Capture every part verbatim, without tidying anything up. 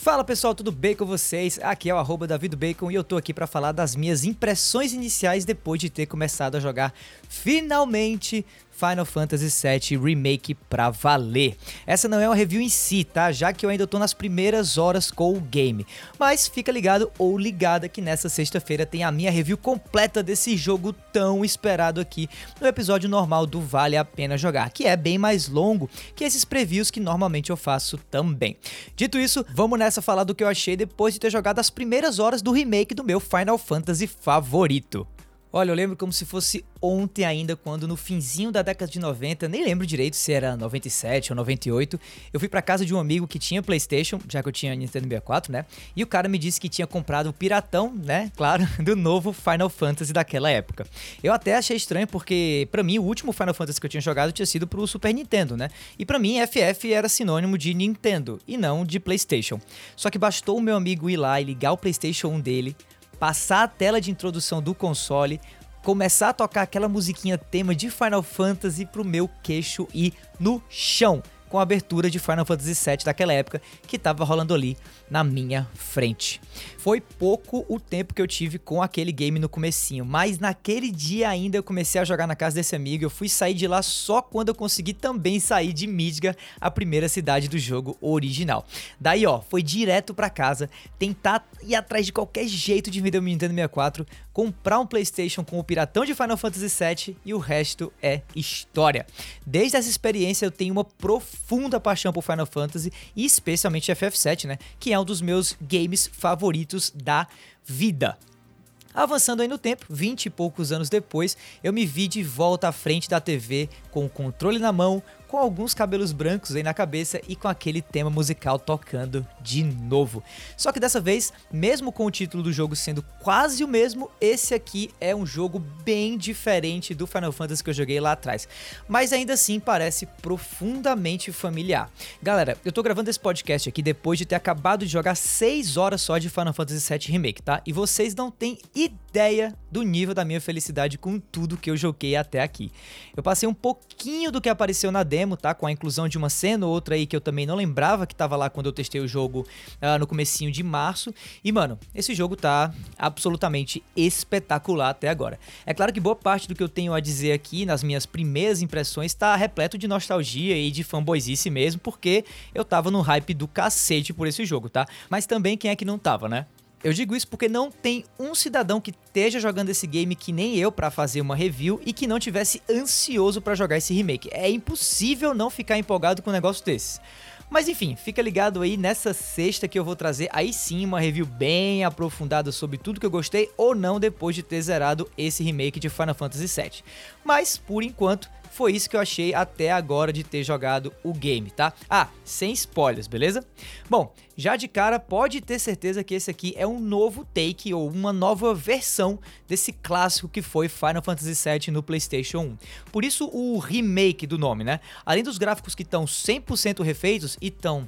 Fala pessoal, tudo bem com vocês? Aqui é o arroba Davi do Bacon e eu tô aqui pra falar das minhas impressões iniciais depois de ter começado a jogar finalmente Final Fantasy sete Remake pra valer. Essa não é uma review em si, tá? Já que eu ainda tô nas primeiras horas com o game. Mas fica ligado ou ligada que nessa sexta-feira tem a minha review completa desse jogo tão esperado aqui no episódio normal do Vale a Pena Jogar, que é bem mais longo que esses previews que normalmente eu faço também. Dito isso, vamos nessa falar do que eu achei depois de ter jogado as primeiras horas do remake do meu Final Fantasy favorito. Olha, eu lembro como se fosse ontem ainda, quando no finzinho da década de noventa, nem lembro direito se era noventa e sete ou noventa e oito, eu fui pra casa de um amigo que tinha PlayStation, já que eu tinha Nintendo sessenta e quatro, né? E o cara me disse que tinha comprado o piratão, né? Claro, do novo Final Fantasy daquela época. Eu até achei estranho porque, pra mim, o último Final Fantasy que eu tinha jogado tinha sido pro Super Nintendo, né? E pra mim, F F era sinônimo de Nintendo e não de PlayStation. Só que bastou o meu amigo ir lá e ligar o PlayStation um dele, passar a tela de introdução do console, começar a tocar aquela musiquinha tema de Final Fantasy pro meu queixo ir no chão, com a abertura de Final Fantasy sete daquela época que tava rolando ali na minha frente. Foi pouco o tempo que eu tive com aquele game no comecinho, mas naquele dia ainda eu comecei a jogar na casa desse amigo. Eu fui sair de lá só quando eu consegui também sair de Midgar, a primeira cidade do jogo original. Daí ó, foi direto pra casa, tentar ir atrás de qualquer jeito de vender o Nintendo sessenta e quatro, comprar um PlayStation com o piratão de Final Fantasy sete e o resto é história. Desde essa experiência eu tenho uma profunda paixão por Final Fantasy e especialmente F F sete, né, que é um dos meus games favoritos da vida. Avançando aí no tempo, vinte e poucos anos depois, eu me vi de volta à frente da T V com o controle na mão, com alguns cabelos brancos aí na cabeça e com aquele tema musical tocando de novo. Só que dessa vez, mesmo com o título do jogo sendo quase o mesmo, esse aqui é um jogo bem diferente do Final Fantasy que eu joguei lá atrás. Mas ainda assim parece profundamente familiar. Galera, eu tô gravando esse podcast aqui depois de ter acabado de jogar seis horas só de Final Fantasy sete Remake, tá? E vocês não têm ideia do nível da minha felicidade com tudo que eu joguei até aqui. Eu passei um pouquinho do que apareceu na demo, tá? Com a inclusão de uma cena ou outra aí que eu também não lembrava que tava lá quando eu testei o jogo uh, no comecinho de março. E, mano, esse jogo tá absolutamente espetacular até agora. É claro que boa parte do que eu tenho a dizer aqui nas minhas primeiras impressões tá repleto de nostalgia e de fanboyzice mesmo, porque eu tava no hype do cacete por esse jogo, tá? Mas também quem é que não tava, né? Eu digo isso porque não tem um cidadão que esteja jogando esse game que nem eu pra fazer uma review e que não tivesse ansioso pra jogar esse remake. É impossível não ficar empolgado com um negócio desse. Mas enfim, fica ligado aí nessa sexta que eu vou trazer aí sim uma review bem aprofundada sobre tudo que eu gostei ou não depois de ter zerado esse remake de Final Fantasy sete. Mas, por enquanto, foi isso que eu achei até agora de ter jogado o game, tá? Ah, sem spoilers, beleza? Bom, já de cara pode ter certeza que esse aqui é um novo take ou uma nova versão desse clássico que foi Final Fantasy sete no PlayStation um. Por isso o remake do nome, né? Além dos gráficos que estão cem por cento refeitos e estão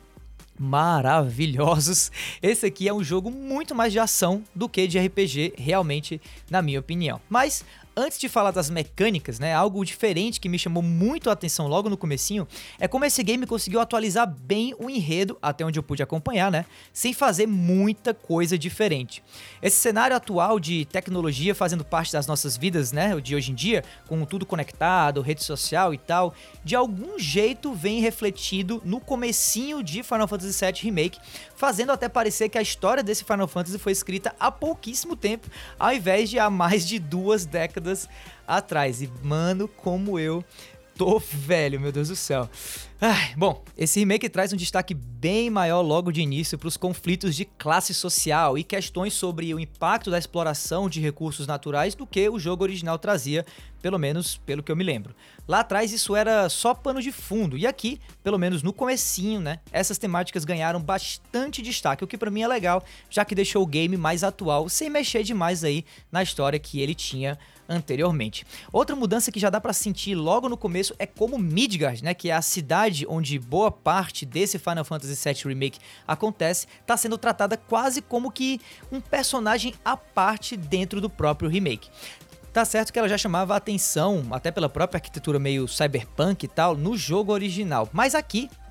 maravilhosos, esse aqui é um jogo muito mais de ação do que de R P G, realmente, na minha opinião. Mas antes de falar das mecânicas, né, algo diferente que me chamou muito a atenção logo no comecinho é como esse game conseguiu atualizar bem o enredo, até onde eu pude acompanhar, né, sem fazer muita coisa diferente. Esse cenário atual de tecnologia fazendo parte das nossas vidas, né, de hoje em dia, com tudo conectado, rede social e tal, de algum jeito vem refletido no comecinho de Final Fantasy sete Remake, fazendo até parecer que a história desse Final Fantasy foi escrita há pouquíssimo tempo, ao invés de há mais de duas décadas atrás. E mano, como eu tô velho, meu Deus do céu. Ai, bom, esse remake traz um destaque bem maior logo de início para os conflitos de classe social e questões sobre o impacto da exploração de recursos naturais do que o jogo original trazia, pelo menos pelo que eu me lembro. Lá atrás isso era só pano de fundo e aqui, pelo menos no comecinho, né, essas temáticas ganharam bastante destaque, o que pra mim é legal, já que deixou o game mais atual, sem mexer demais aí na história que ele tinha anteriormente. Outra mudança que já dá pra sentir logo no começo é como Midgard, né, que é a cidade onde boa parte desse Final Fantasy sete Remake acontece, tá sendo tratada quase como que um personagem à parte dentro do próprio remake. Tá certo que ela já chamava a atenção, até pela própria arquitetura meio cyberpunk e tal, no jogo original, mas aqui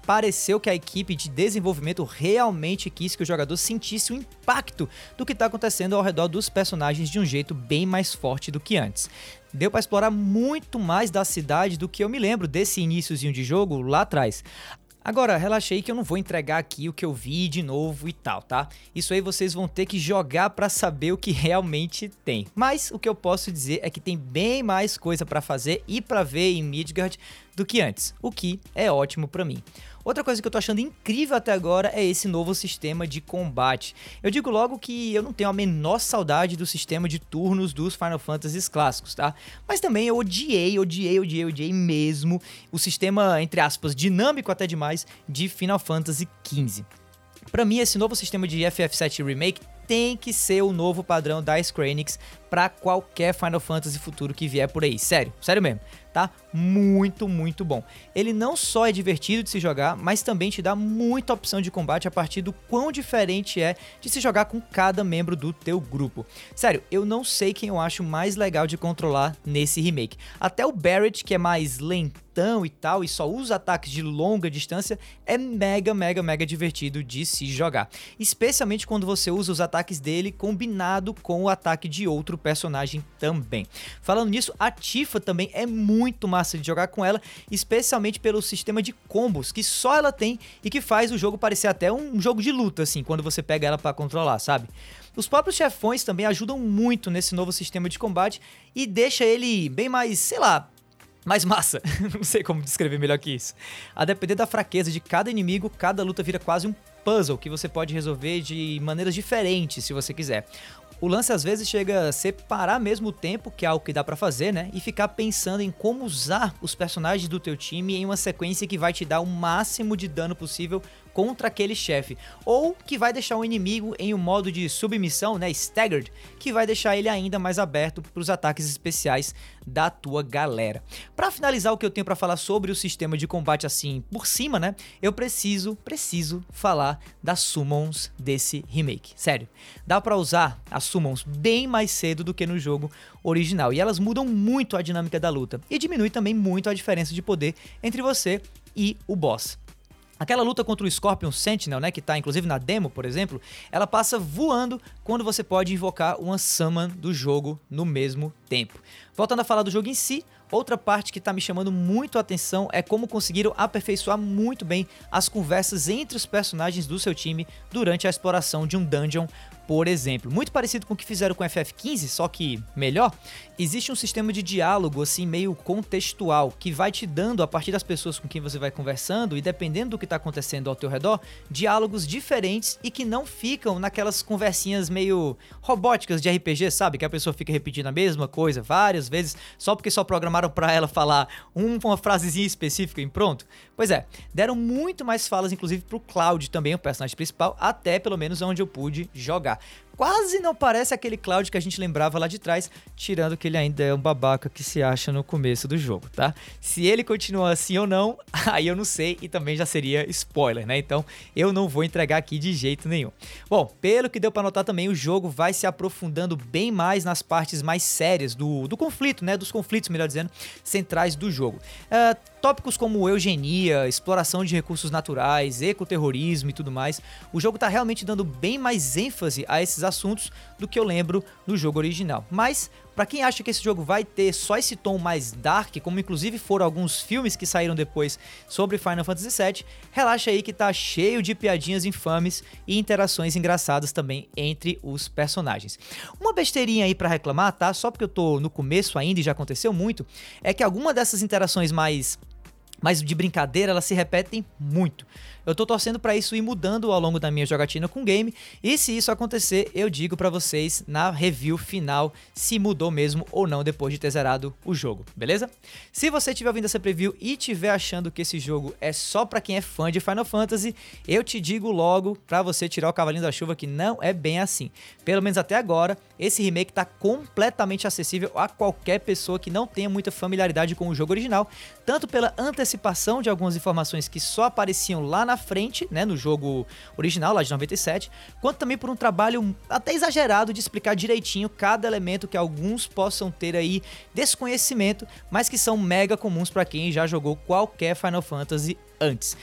pareceu que a equipe de desenvolvimento realmente quis que o jogador sentisse o impacto do que está acontecendo ao redor dos personagens de um jeito bem mais forte do que antes. Deu para explorar muito mais da cidade do que eu me lembro desse iniciozinho de jogo lá atrás. Agora, relaxei que eu não vou entregar aqui o que eu vi de novo e tal, tá? Isso aí vocês vão ter que jogar pra saber o que realmente tem. Mas o que eu posso dizer é que tem bem mais coisa pra fazer e pra ver em Midgard do que antes, o que é ótimo pra mim. Outra coisa que eu tô achando incrível até agora é esse novo sistema de combate. Eu digo logo que eu não tenho a menor saudade do sistema de turnos dos Final Fantasies clássicos, tá? Mas também eu odiei, odiei, odiei, odiei mesmo o sistema, entre aspas, dinâmico até demais de Final Fantasy quinze. Pra mim, esse novo sistema de F F sete Remake tem que ser o novo padrão da Square Enix pra qualquer Final Fantasy futuro que vier por aí. Sério, sério mesmo. Tá muito, muito bom. Ele não só é divertido de se jogar, mas também te dá muita opção de combate a partir do quão diferente é de se jogar com cada membro do teu grupo. Sério, eu não sei quem eu acho mais legal de controlar nesse remake. Até o Barret, que é mais lentão e tal, e só usa ataques de longa distância, é mega, mega, mega divertido de se jogar. Especialmente quando você usa os ataques dele combinado com o ataque de outro personagem também. Falando nisso, a Tifa também é muito muito massa de jogar com ela, especialmente pelo sistema de combos que só ela tem e que faz o jogo parecer até um jogo de luta, assim, quando você pega ela pra controlar, sabe? Os próprios chefões também ajudam muito nesse novo sistema de combate e deixa ele bem mais, sei lá, mais massa. Não sei como descrever melhor que isso. A depender da fraqueza de cada inimigo, cada luta vira quase um puzzle que você pode resolver de maneiras diferentes, se você quiser. O lance às vezes chega a separar mesmo o tempo, que é algo que dá pra fazer, né? E ficar pensando em como usar os personagens do teu time em uma sequência que vai te dar o máximo de dano possível contra aquele chefe, ou que vai deixar o inimigo em um modo de submissão, né, staggered, que vai deixar ele ainda mais aberto para os ataques especiais da tua galera. Para finalizar o que eu tenho para falar sobre o sistema de combate assim por cima, né, eu preciso, preciso falar das summons desse remake. Sério, dá para usar as summons bem mais cedo do que no jogo original, e elas mudam muito a dinâmica da luta, e diminui também muito a diferença de poder entre você e o boss. Aquela luta contra o Scorpion Sentinel, né, que tá inclusive na demo, por exemplo, ela passa voando quando você pode invocar uma summon do jogo no mesmo tempo. Voltando a falar do jogo em si, outra parte que tá me chamando muito a atenção é como conseguiram aperfeiçoar muito bem as conversas entre os personagens do seu time durante a exploração de um dungeon, por exemplo. Muito parecido com o que fizeram com F F quinze, só que melhor. Existe um sistema de diálogo assim meio contextual, que vai te dando, a partir das pessoas com quem você vai conversando e dependendo do que tá acontecendo ao teu redor, diálogos diferentes e que não ficam naquelas conversinhas meio robóticas de R P G, sabe? Que a pessoa fica repetindo a mesma coisa várias vezes, só porque só programaram pra ela falar uma frasezinha específica e pronto. Pois é, deram muito mais falas, inclusive pro Cloud também, o personagem principal, até pelo menos onde eu pude jogar. Quase não parece aquele Cloud que a gente lembrava lá de trás, tirando que ele ainda é um babaca que se acha no começo do jogo, tá? Se ele continua assim ou não, aí eu não sei e também já seria spoiler, né? Então eu não vou entregar aqui de jeito nenhum. Bom, pelo que deu pra notar também, o jogo vai se aprofundando bem mais nas partes mais sérias do, do conflito, né? Dos conflitos, melhor dizendo, centrais do jogo. Uh, tópicos como eugenia, exploração de recursos naturais, ecoterrorismo e tudo mais. O jogo tá realmente dando bem mais ênfase a esses assuntos do que eu lembro do jogo original. Mas, pra quem acha que esse jogo vai ter só esse tom mais dark, como inclusive foram alguns filmes que saíram depois sobre Final Fantasy sete, relaxa aí que tá cheio de piadinhas infames e interações engraçadas também entre os personagens. Uma besteirinha aí pra reclamar, tá? Só porque eu tô no começo ainda e já aconteceu muito, é que alguma dessas interações mais... mas de brincadeira, elas se repetem muito. Eu tô torcendo pra isso ir mudando ao longo da minha jogatina com o game, e se isso acontecer, eu digo pra vocês na review final se mudou mesmo ou não depois de ter zerado o jogo, beleza? Se você estiver ouvindo essa preview e estiver achando que esse jogo é só pra quem é fã de Final Fantasy, eu te digo logo pra você tirar o cavalinho da chuva que não é bem assim. Pelo menos até agora, esse remake tá completamente acessível a qualquer pessoa que não tenha muita familiaridade com o jogo original, tanto pela antecipação de algumas informações que só apareciam lá na frente, né, no jogo original, lá de noventa e sete, quanto também por um trabalho até exagerado de explicar direitinho cada elemento que alguns possam ter aí desconhecimento, mas que são mega comuns para quem já jogou qualquer Final Fantasy antes.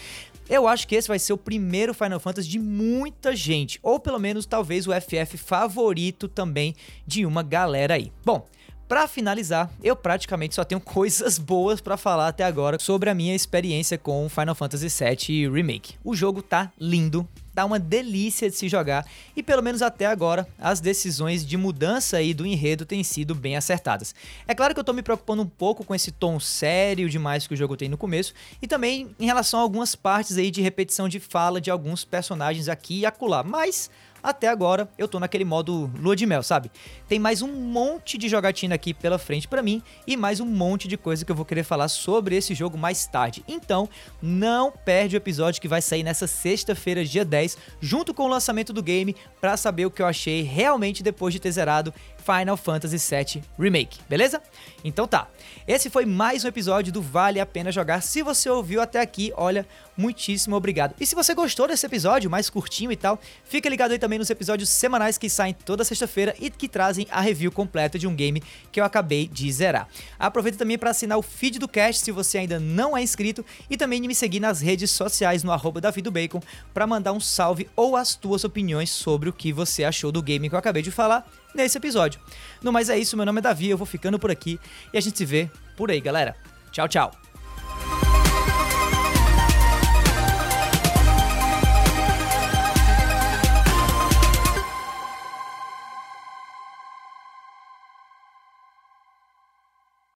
Eu acho que esse vai ser o primeiro Final Fantasy de muita gente, ou pelo menos talvez o F F favorito também de uma galera aí. Bom, pra finalizar, eu praticamente só tenho coisas boas pra falar até agora sobre a minha experiência com Final Fantasy sete Remake. O jogo tá lindo, tá uma delícia de se jogar e pelo menos até agora as decisões de mudança aí do enredo têm sido bem acertadas. É claro que eu tô me preocupando um pouco com esse tom sério demais que o jogo tem no começo e também em relação a algumas partes aí de repetição de fala de alguns personagens aqui e acolá, mas até agora eu tô naquele modo lua de mel, sabe? Tem mais um monte de jogatina aqui pela frente pra mim e mais um monte de coisa que eu vou querer falar sobre esse jogo mais tarde. Então, não perde o episódio que vai sair nessa sexta-feira, dia dez, junto com o lançamento do game, pra saber o que eu achei realmente depois de ter zerado Final Fantasy sete Remake, beleza? Então tá, esse foi mais um episódio do Vale a Pena Jogar. Se você ouviu até aqui, olha, muitíssimo obrigado. E se você gostou desse episódio, mais curtinho e tal, fica ligado aí também nos episódios semanais que saem toda sexta-feira e que trazem a review completa de um game que eu acabei de zerar. Aproveita também para assinar o feed do cast se você ainda não é inscrito e também me seguir nas redes sociais no arroba davidobacon para mandar um salve ou as tuas opiniões sobre o que você achou do game que eu acabei de falar nesse episódio. No mais é isso, meu nome é Davi, eu vou ficando por aqui e a gente se vê por aí, galera. Tchau, tchau.